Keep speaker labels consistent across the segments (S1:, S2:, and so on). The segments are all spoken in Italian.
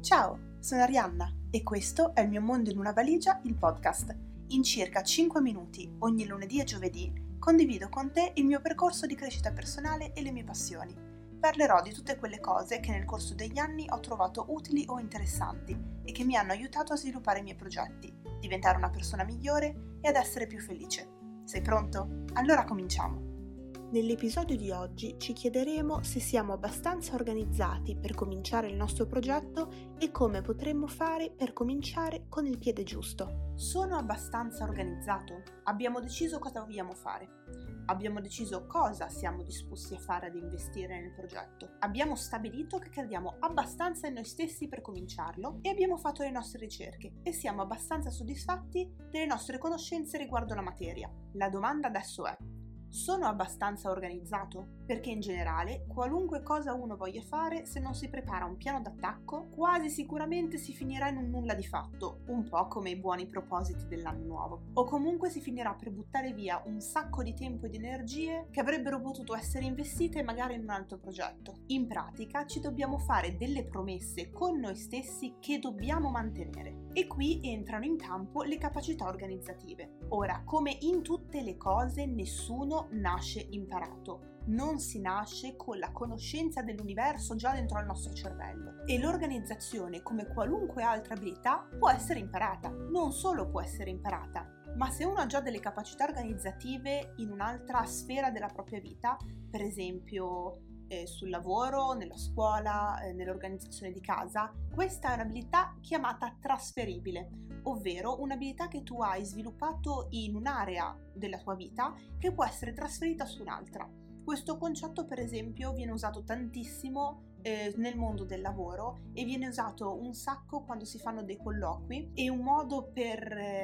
S1: Ciao, sono Arianna e questo è Il mio mondo in una valigia, il podcast. In circa 5 minuti, ogni lunedì e giovedì, condivido con te il mio percorso di crescita personale e le mie passioni. Parlerò di tutte quelle cose che nel corso degli anni ho trovato utili o interessanti e che mi hanno aiutato a sviluppare i miei progetti, diventare una persona migliore e ad essere più felice. Sei pronto? Allora cominciamo! Nell'episodio di oggi ci chiederemo se siamo abbastanza organizzati per cominciare il nostro progetto e come potremmo fare per cominciare con il piede giusto. Sono abbastanza organizzato? Abbiamo deciso cosa vogliamo fare. Abbiamo deciso cosa siamo disposti a fare ad investire nel progetto. Abbiamo stabilito che crediamo abbastanza in noi stessi per cominciarlo e abbiamo fatto le nostre ricerche e siamo abbastanza soddisfatti delle nostre conoscenze riguardo la materia. La domanda adesso è: sono abbastanza organizzato? Perché in generale, qualunque cosa uno voglia fare, se non si prepara un piano d'attacco, quasi sicuramente si finirà in un nulla di fatto, un po' come i buoni propositi dell'anno nuovo. O comunque si finirà per buttare via un sacco di tempo e di energie che avrebbero potuto essere investite magari in un altro progetto. In pratica ci dobbiamo fare delle promesse con noi stessi che dobbiamo mantenere. E qui entrano in campo le capacità organizzative. Ora, come in tutte le cose, nessuno nasce imparato. Non si nasce con la conoscenza dell'universo già dentro al nostro cervello. E l'organizzazione, come qualunque altra abilità, può essere imparata. Non solo può essere imparata, ma se uno ha già delle capacità organizzative in un'altra sfera della propria vita, per esempio sul lavoro, nella scuola, nell'organizzazione di casa, questa è un'abilità chiamata trasferibile, ovvero un'abilità che tu hai sviluppato in un'area della tua vita che può essere trasferita su un'altra. Questo concetto, per esempio, viene usato tantissimo nel mondo del lavoro e viene usato un sacco quando si fanno dei colloqui, e un modo per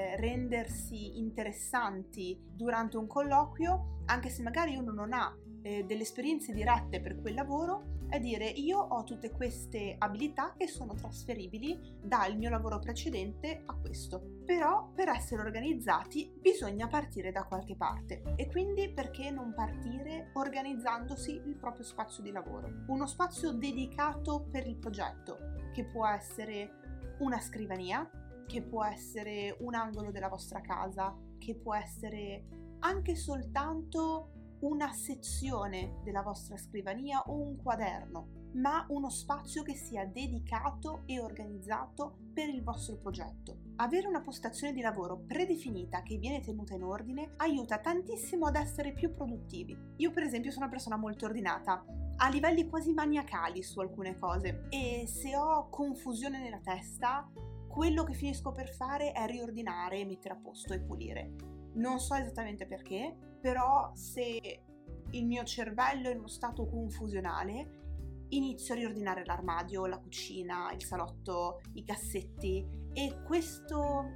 S1: rendersi interessanti durante un colloquio, anche se magari uno non ha delle esperienze dirette per quel lavoro, è dire: io ho tutte queste abilità che sono trasferibili dal mio lavoro precedente a questo. Però per essere organizzati bisogna partire da qualche parte, e quindi perché non partire organizzandosi il proprio spazio di lavoro? Uno spazio dedicato per il progetto, che può essere una scrivania, che può essere un angolo della vostra casa, che può essere anche soltanto una sezione della vostra scrivania o un quaderno, ma uno spazio che sia dedicato e organizzato per il vostro progetto. Avere una postazione di lavoro predefinita che viene tenuta in ordine aiuta tantissimo ad essere più produttivi. Io, per esempio, sono una persona molto ordinata, a livelli quasi maniacali su alcune cose, e se ho confusione nella testa, quello che finisco per fare è riordinare, mettere a posto e pulire. Non so esattamente perché, però se il mio cervello è in uno stato confusionale, inizio a riordinare l'armadio, la cucina, il salotto, i cassetti, e questo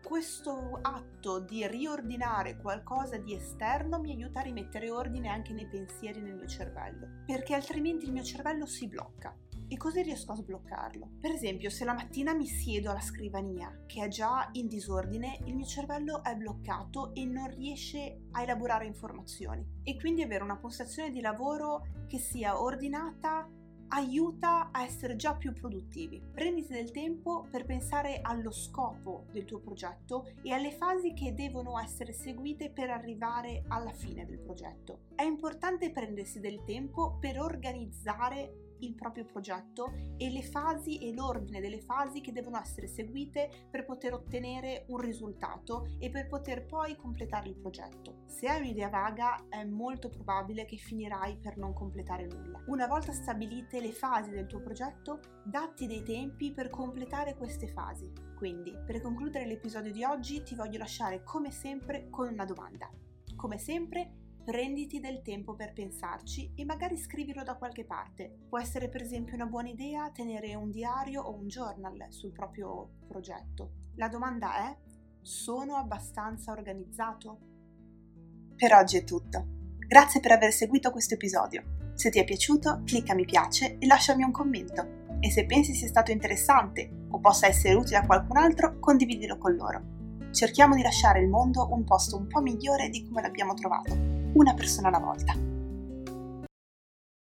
S1: atto di riordinare qualcosa di esterno mi aiuta a rimettere ordine anche nei pensieri nel mio cervello, perché altrimenti il mio cervello si blocca. E così riesco a sbloccarlo. Per esempio, se la mattina mi siedo alla scrivania, che è già in disordine, il mio cervello è bloccato e non riesce a elaborare informazioni. E quindi avere una postazione di lavoro che sia ordinata aiuta a essere già più produttivi. Prenditi del tempo per pensare allo scopo del tuo progetto e alle fasi che devono essere seguite per arrivare alla fine del progetto. È importante prendersi del tempo per organizzare il proprio progetto e le fasi e l'ordine delle fasi che devono essere seguite per poter ottenere un risultato e per poter poi completare il progetto. Se hai un'idea vaga, è molto probabile che finirai per non completare nulla. Una volta stabilite le fasi del tuo progetto, datti dei tempi per completare queste fasi. Quindi, per concludere l'episodio di oggi, ti voglio lasciare come sempre con una domanda. Come sempre, prenditi del tempo per pensarci e magari scrivilo da qualche parte. Può essere, per esempio, una buona idea tenere un diario o un journal sul proprio progetto. La domanda è: sono abbastanza organizzato? Per oggi è tutto. Grazie per aver seguito questo episodio. Se ti è piaciuto, clicca mi piace e lasciami un commento. E se pensi sia stato interessante o possa essere utile a qualcun altro, condividilo con loro. Cerchiamo di lasciare il mondo un posto un po' migliore di come l'abbiamo trovato, una persona alla volta.